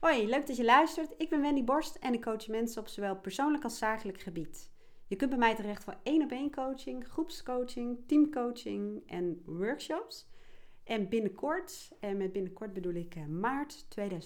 Hoi, leuk dat je luistert. Ik ben Wendy Borst en ik coach mensen op zowel persoonlijk als zakelijk gebied. Je kunt bij mij terecht voor 1-op-1 coaching, groepscoaching, teamcoaching en workshops. En binnenkort, en met binnenkort bedoel ik maart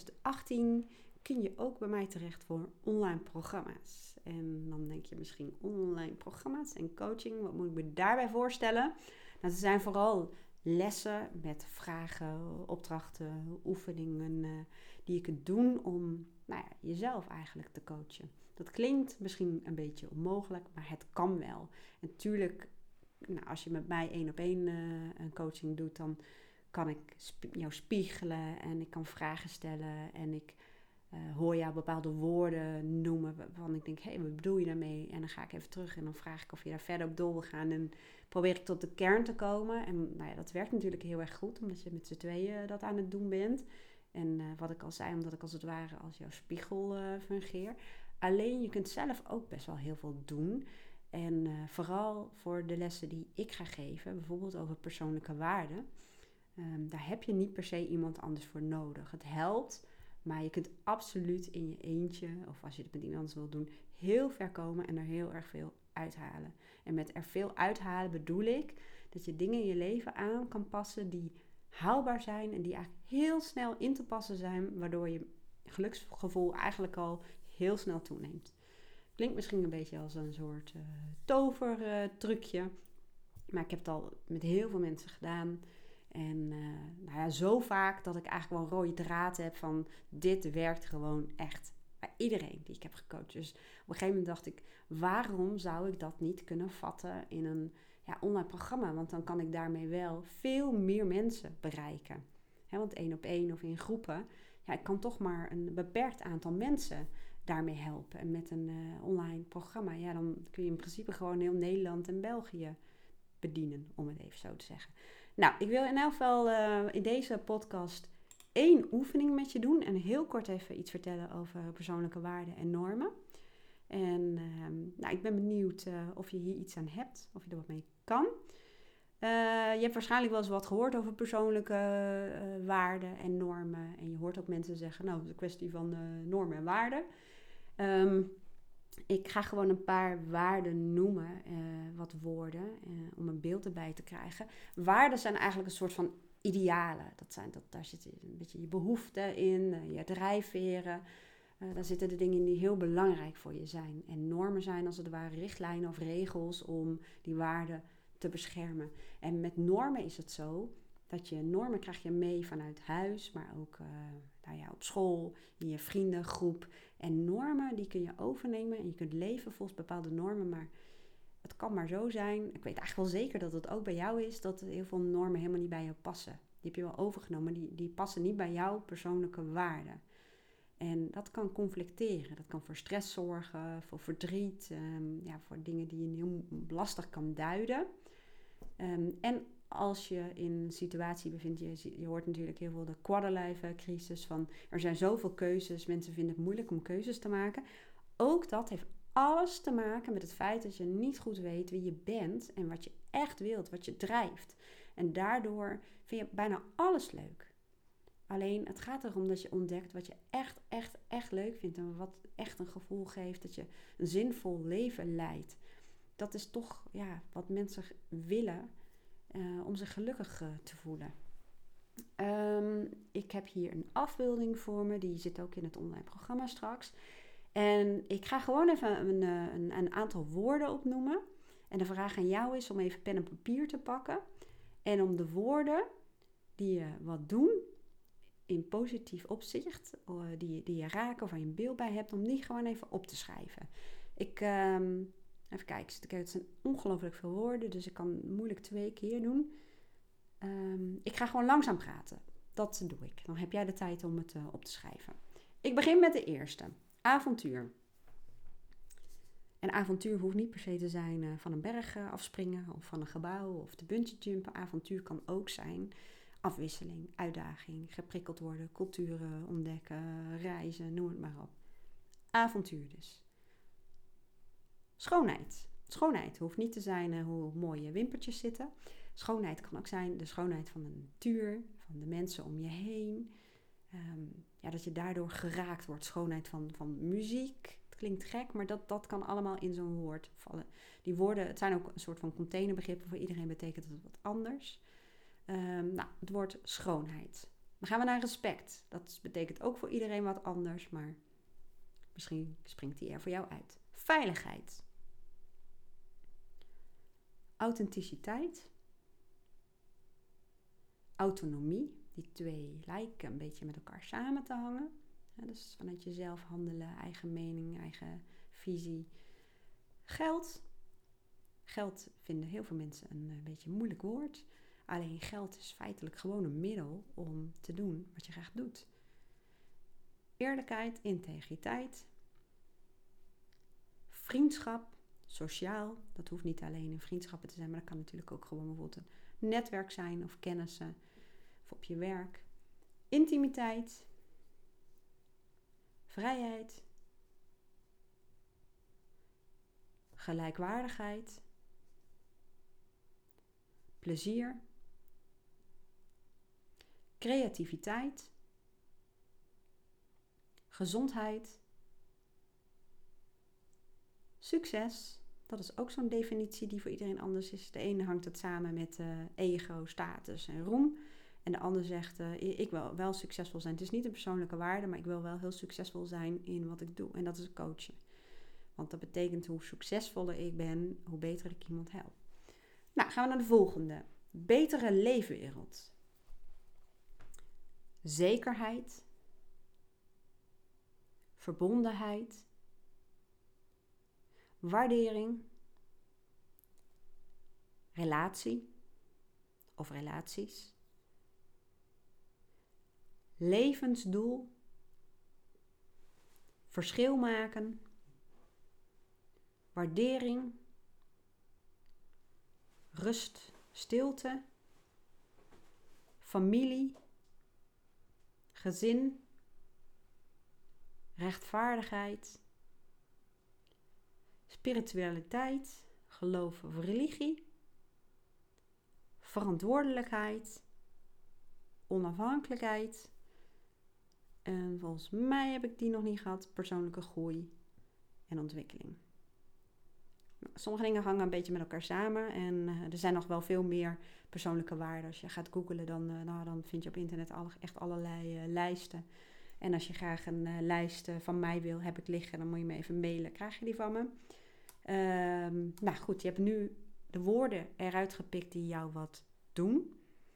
2018, kun je ook bij mij terecht voor online programma's. En dan denk je misschien online programma's en coaching, wat moet ik me daarbij voorstellen? Nou, ze zijn vooral lessen met vragen, opdrachten, oefeningen die je kunt doen om jezelf eigenlijk te coachen. Dat klinkt misschien een beetje onmogelijk, maar het kan wel. En natuurlijk, als je met mij 1-op-1 een coaching doet, dan kan ik jou spiegelen en ik kan vragen stellen en ik hoor jou bepaalde woorden noemen waarvan ik denk, hé, wat bedoel je daarmee? En dan ga ik even terug en dan vraag ik of je daar verder op door wil gaan en probeer ik tot de kern te komen. En dat werkt natuurlijk heel erg goed, omdat je met z'n tweeën dat aan het doen bent. En wat ik al zei, omdat ik als het ware als jouw spiegel fungeer. Alleen je kunt zelf ook best wel heel veel doen. En vooral voor de lessen die ik ga geven, bijvoorbeeld over persoonlijke waarden. Daar heb je niet per se iemand anders voor nodig. Het helpt, maar je kunt absoluut in je eentje, of als je het met iemand anders wil doen, heel ver komen en er heel erg veel uithalen. En met er veel uithalen bedoel ik dat je dingen in je leven aan kan passen die haalbaar zijn en die eigenlijk heel snel in te passen zijn, waardoor je geluksgevoel eigenlijk al heel snel toeneemt. Klinkt misschien een beetje als een soort tovertrucje, maar ik heb het al met heel veel mensen gedaan. En zo vaak dat ik eigenlijk wel een rode draad heb van dit werkt gewoon echt bij iedereen die ik heb gecoacht. Dus op een gegeven moment dacht ik, waarom zou ik dat niet kunnen vatten in een online programma? Want dan kan ik daarmee wel veel meer mensen bereiken. Want 1-op-1 of in groepen, ik kan toch maar een beperkt aantal mensen daarmee helpen. En met een online programma, dan kun je in principe gewoon heel Nederland en België bedienen, om het even zo te zeggen. Nou, ik wil in elk geval in deze podcast 1 oefening met je doen en heel kort even iets vertellen over persoonlijke waarden en normen. En ik ben benieuwd of je hier iets aan hebt, of je er wat mee kan. Je hebt waarschijnlijk wel eens wat gehoord over persoonlijke waarden en normen. En je hoort ook mensen zeggen, het is een kwestie van normen en waarden. Ik ga gewoon een paar waarden noemen, wat woorden, om een beeld erbij te krijgen. Waarden zijn eigenlijk een soort van idealen. Daar zitten een beetje je behoeften in, je drijfveren. Daar zitten de dingen in die heel belangrijk voor je zijn. En normen zijn als het ware richtlijnen of regels om die waarden te beschermen. En met normen is het zo dat je normen krijg je mee vanuit huis, maar ook op school, in je vriendengroep. En normen die kun je overnemen en je kunt leven volgens bepaalde normen, maar het kan maar zo zijn. Ik weet eigenlijk wel zeker dat het ook bij jou is, dat heel veel normen helemaal niet bij jou passen. Die heb je wel overgenomen, maar die passen niet bij jouw persoonlijke waarden. En dat kan conflicteren. Dat kan voor stress zorgen, voor verdriet, voor dingen die je heel lastig kan duiden. En als je in een situatie bevindt, je hoort natuurlijk heel veel de quarterlife crisis van er zijn zoveel keuzes, mensen vinden het moeilijk om keuzes te maken. Ook dat heeft alles te maken met het feit dat je niet goed weet wie je bent en wat je echt wilt, wat je drijft. En daardoor vind je bijna alles leuk. Alleen het gaat erom dat je ontdekt wat je echt leuk vindt en wat echt een gevoel geeft dat je een zinvol leven leidt. Dat is toch wat mensen willen om zich gelukkig te voelen. Ik heb hier een afbeelding voor me, die zit ook in het online programma straks. En ik ga gewoon even een aantal woorden opnoemen. En de vraag aan jou is om even pen en papier te pakken. En om de woorden die wat doen in positief opzicht, die je raken of waar je een beeld bij hebt, om die gewoon even op te schrijven. Even kijken, het zijn ongelooflijk veel woorden, dus ik kan moeilijk 2 keer doen. Ik ga gewoon langzaam praten. Dat doe ik. Dan heb jij de tijd om het op te schrijven. Ik begin met de eerste. Avontuur. En avontuur hoeft niet per se te zijn van een berg afspringen of van een gebouw of te bungee jumpen. Avontuur kan ook zijn afwisseling, uitdaging, geprikkeld worden, culturen ontdekken, reizen, noem het maar op. Avontuur dus. Schoonheid. Schoonheid hoeft niet te zijn hoe mooi je wimpertjes zitten. Schoonheid kan ook zijn de schoonheid van de natuur, van de mensen om je heen. Dat je daardoor geraakt wordt. Schoonheid van muziek. Het klinkt gek, maar dat kan allemaal in zo'n woord vallen. Die woorden, het zijn ook een soort van containerbegrippen. Voor iedereen betekent het wat anders. Het woord schoonheid. Dan gaan we naar respect. Dat betekent ook voor iedereen wat anders, maar misschien springt die er voor jou uit. Veiligheid. Authenticiteit. Autonomie. Die twee lijken een beetje met elkaar samen te hangen. Dus vanuit jezelf handelen, eigen mening, eigen visie. Geld. Geld vinden heel veel mensen een beetje een moeilijk woord. Alleen geld is feitelijk gewoon een middel om te doen wat je graag doet. Eerlijkheid, integriteit. Vriendschap, sociaal. Dat hoeft niet alleen in vriendschappen te zijn, maar dat kan natuurlijk ook gewoon bijvoorbeeld een netwerk zijn of kennissen. Of op je werk. Intimiteit. Vrijheid. Gelijkwaardigheid. Plezier. Creativiteit. Gezondheid. Succes. Dat is ook zo'n definitie die voor iedereen anders is. De ene hangt het samen met ego, status en roem. En de ander zegt, ik wil wel succesvol zijn. Het is niet een persoonlijke waarde, maar ik wil wel heel succesvol zijn in wat ik doe. En dat is coachen. Want dat betekent hoe succesvoller ik ben, hoe beter ik iemand help. Nou, gaan we naar de volgende. Betere leefwereld. Zekerheid. Verbondenheid. Waardering. Relatie of relaties. Levensdoel. Verschil maken. Waardering. Rust, stilte. Familie. Gezin. Rechtvaardigheid. Spiritualiteit. Geloof of religie. Verantwoordelijkheid. Onafhankelijkheid. En volgens mij heb ik die nog niet gehad. Persoonlijke groei en ontwikkeling. Sommige dingen hangen een beetje met elkaar samen. En er zijn nog wel veel meer persoonlijke waarden. Als je gaat googlen, dan vind je op internet echt allerlei lijsten. En als je graag een lijst van mij wil, heb ik liggen, dan moet je me even mailen. Krijg je die van me? Je hebt nu de woorden eruit gepikt die jou wat doen.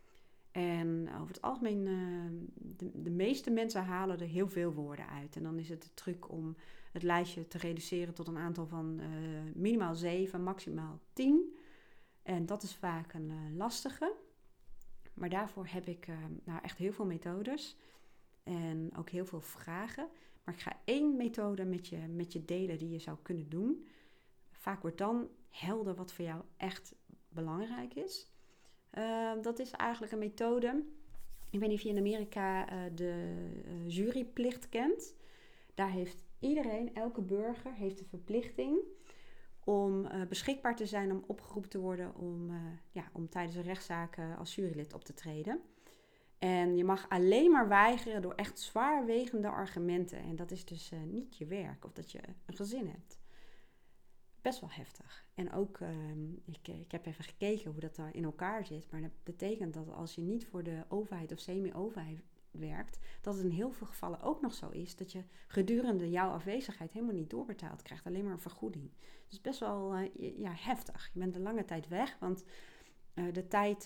En over het algemeen, de meeste mensen halen er heel veel woorden uit. En dan is het de truc om het lijstje te reduceren tot een aantal van minimaal 7, maximaal 10. En dat is vaak een lastige. Maar daarvoor heb ik echt heel veel methodes. En ook heel veel vragen. Maar ik ga 1 methode met je delen die je zou kunnen doen. Vaak wordt dan helder wat voor jou echt belangrijk is. Dat is eigenlijk een methode. Ik weet niet of je in Amerika de juryplicht kent. Daar heeft iedereen, elke burger, heeft de verplichting om beschikbaar te zijn om opgeroepen te worden om tijdens een rechtszaak als jurylid op te treden. En je mag alleen maar weigeren door echt zwaarwegende argumenten. En dat is dus niet je werk of dat je een gezin hebt. Best wel heftig. En ook, ik heb even gekeken hoe dat daar in elkaar zit. Maar dat betekent dat als je niet voor de overheid of semi-overheid werkt, dat het in heel veel gevallen ook nog zo is dat je gedurende jouw afwezigheid helemaal niet doorbetaald krijgt. Alleen maar een vergoeding. Dus best wel heftig. Je bent een lange tijd weg, want de tijd,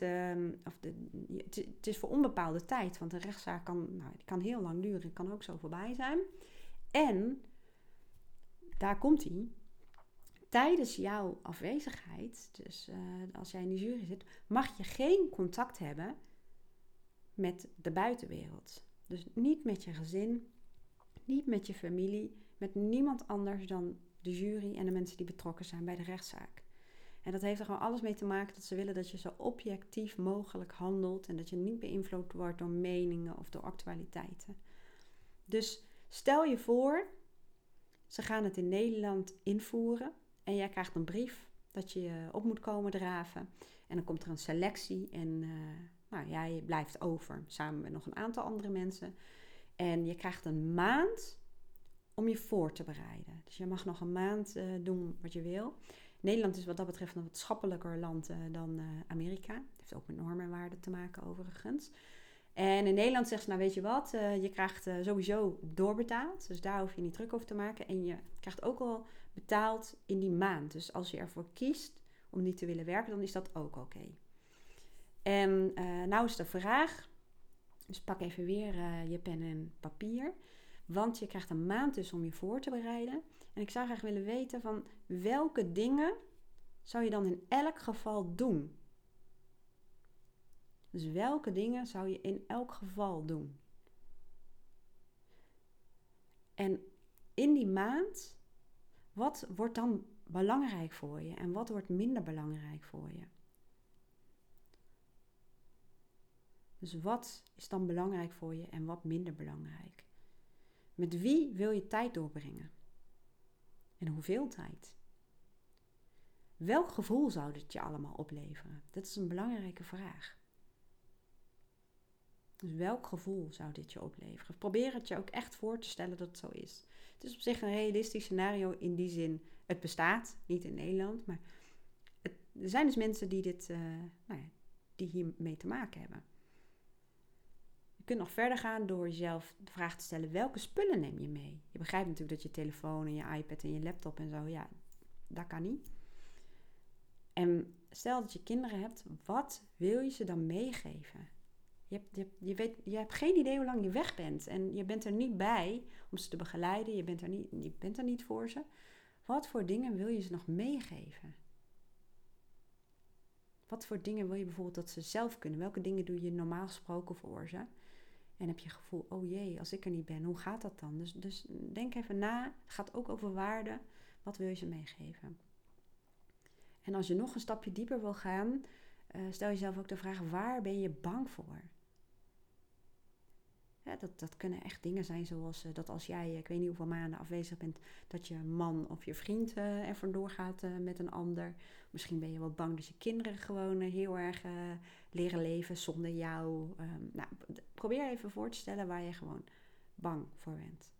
het is voor onbepaalde tijd. Want een rechtszaak kan heel lang duren. Kan ook zo voorbij zijn. En, daar komt ie. Tijdens jouw afwezigheid, dus als jij in de jury zit, mag je geen contact hebben met de buitenwereld. Dus niet met je gezin, niet met je familie, met niemand anders dan de jury en de mensen die betrokken zijn bij de rechtszaak. En dat heeft er gewoon alles mee te maken dat ze willen dat je zo objectief mogelijk handelt en dat je niet beïnvloed wordt door meningen of door actualiteiten. Dus stel je voor, ze gaan het in Nederland invoeren. En jij krijgt een brief dat je op moet komen draven. En dan komt er een selectie en jij blijft over samen met nog een aantal andere mensen. En je krijgt een maand om je voor te bereiden. Dus je mag nog een maand doen wat je wil. Nederland is wat dat betreft een wat schappelijker land dan Amerika. Het heeft ook met normen en waarden te maken overigens. En in Nederland zegt ze, nou weet je wat, je krijgt sowieso doorbetaald. Dus daar hoef je niet druk over te maken. En je krijgt ook al betaald in die maand. Dus als je ervoor kiest om niet te willen werken, dan is dat ook oké. En nou is de vraag, dus pak even weer je pen en papier. Want je krijgt een maand dus om je voor te bereiden. En ik zou graag willen weten van welke dingen zou je dan in elk geval doen? Dus welke dingen zou je in elk geval doen? En in die maand, wat wordt dan belangrijk voor je en wat wordt minder belangrijk voor je? Dus wat is dan belangrijk voor je en wat minder belangrijk? Met wie wil je tijd doorbrengen? En hoeveel tijd? Welk gevoel zou dit je allemaal opleveren? Dat is een belangrijke vraag. Dus welk gevoel zou dit je opleveren? Probeer het je ook echt voor te stellen dat het zo is. Het is op zich een realistisch scenario in die zin. Het bestaat, niet in Nederland, maar er zijn dus mensen die die hiermee te maken hebben. Je kunt nog verder gaan door jezelf de vraag te stellen, welke spullen neem je mee? Je begrijpt natuurlijk dat je telefoon en je iPad en je laptop en zo, ja, dat kan niet. En stel dat je kinderen hebt, wat wil je ze dan meegeven? Je hebt geen idee hoe lang je weg bent. En je bent er niet bij om ze te begeleiden. Je bent er niet voor ze. Wat voor dingen wil je ze nog meegeven? Wat voor dingen wil je bijvoorbeeld dat ze zelf kunnen? Welke dingen doe je normaal gesproken voor ze? En heb je het gevoel, oh jee, als ik er niet ben, hoe gaat dat dan? Dus denk even na. Het gaat ook over waarde. Wat wil je ze meegeven? En als je nog een stapje dieper wil gaan, stel jezelf ook de vraag, waar ben je bang voor? Ja, dat kunnen echt dingen zijn zoals dat als jij, ik weet niet hoeveel maanden afwezig bent, dat je man of je vriend er vandoor gaat met een ander. Misschien ben je wel bang dat je kinderen gewoon heel erg leren leven zonder jou. Probeer even voor te stellen waar je gewoon bang voor bent.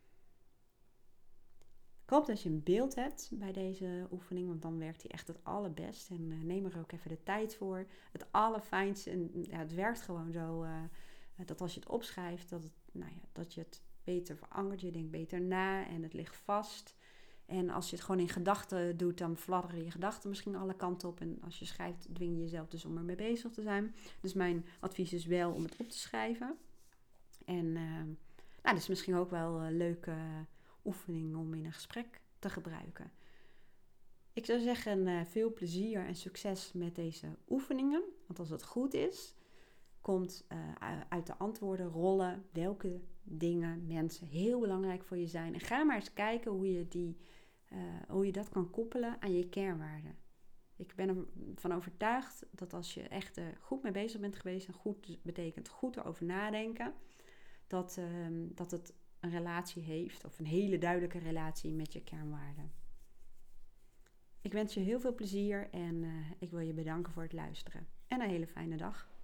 Ik hoop dat je een beeld hebt bij deze oefening, want dan werkt die echt het allerbest. En neem er ook even de tijd voor. Het allerfijnste, en het werkt gewoon zo, dat als je het opschrijft, dat je het beter verankert. Je denkt beter na en het ligt vast. En als je het gewoon in gedachten doet, dan fladderen je gedachten misschien alle kanten op. En als je schrijft, dwing je jezelf dus om ermee bezig te zijn. Dus mijn advies is wel om het op te schrijven. En dat is misschien ook wel een leuke oefening om in een gesprek te gebruiken. Ik zou zeggen, veel plezier en succes met deze oefeningen. Want als het goed is, komt uit de antwoorden rollen welke dingen, mensen heel belangrijk voor je zijn. En ga maar eens kijken hoe je dat kan koppelen aan je kernwaarden. Ik ben ervan overtuigd dat als je echt goed mee bezig bent geweest, en goed betekent goed erover nadenken, dat het een relatie heeft, of een hele duidelijke relatie met je kernwaarden. Ik wens je heel veel plezier en ik wil je bedanken voor het luisteren. En een hele fijne dag.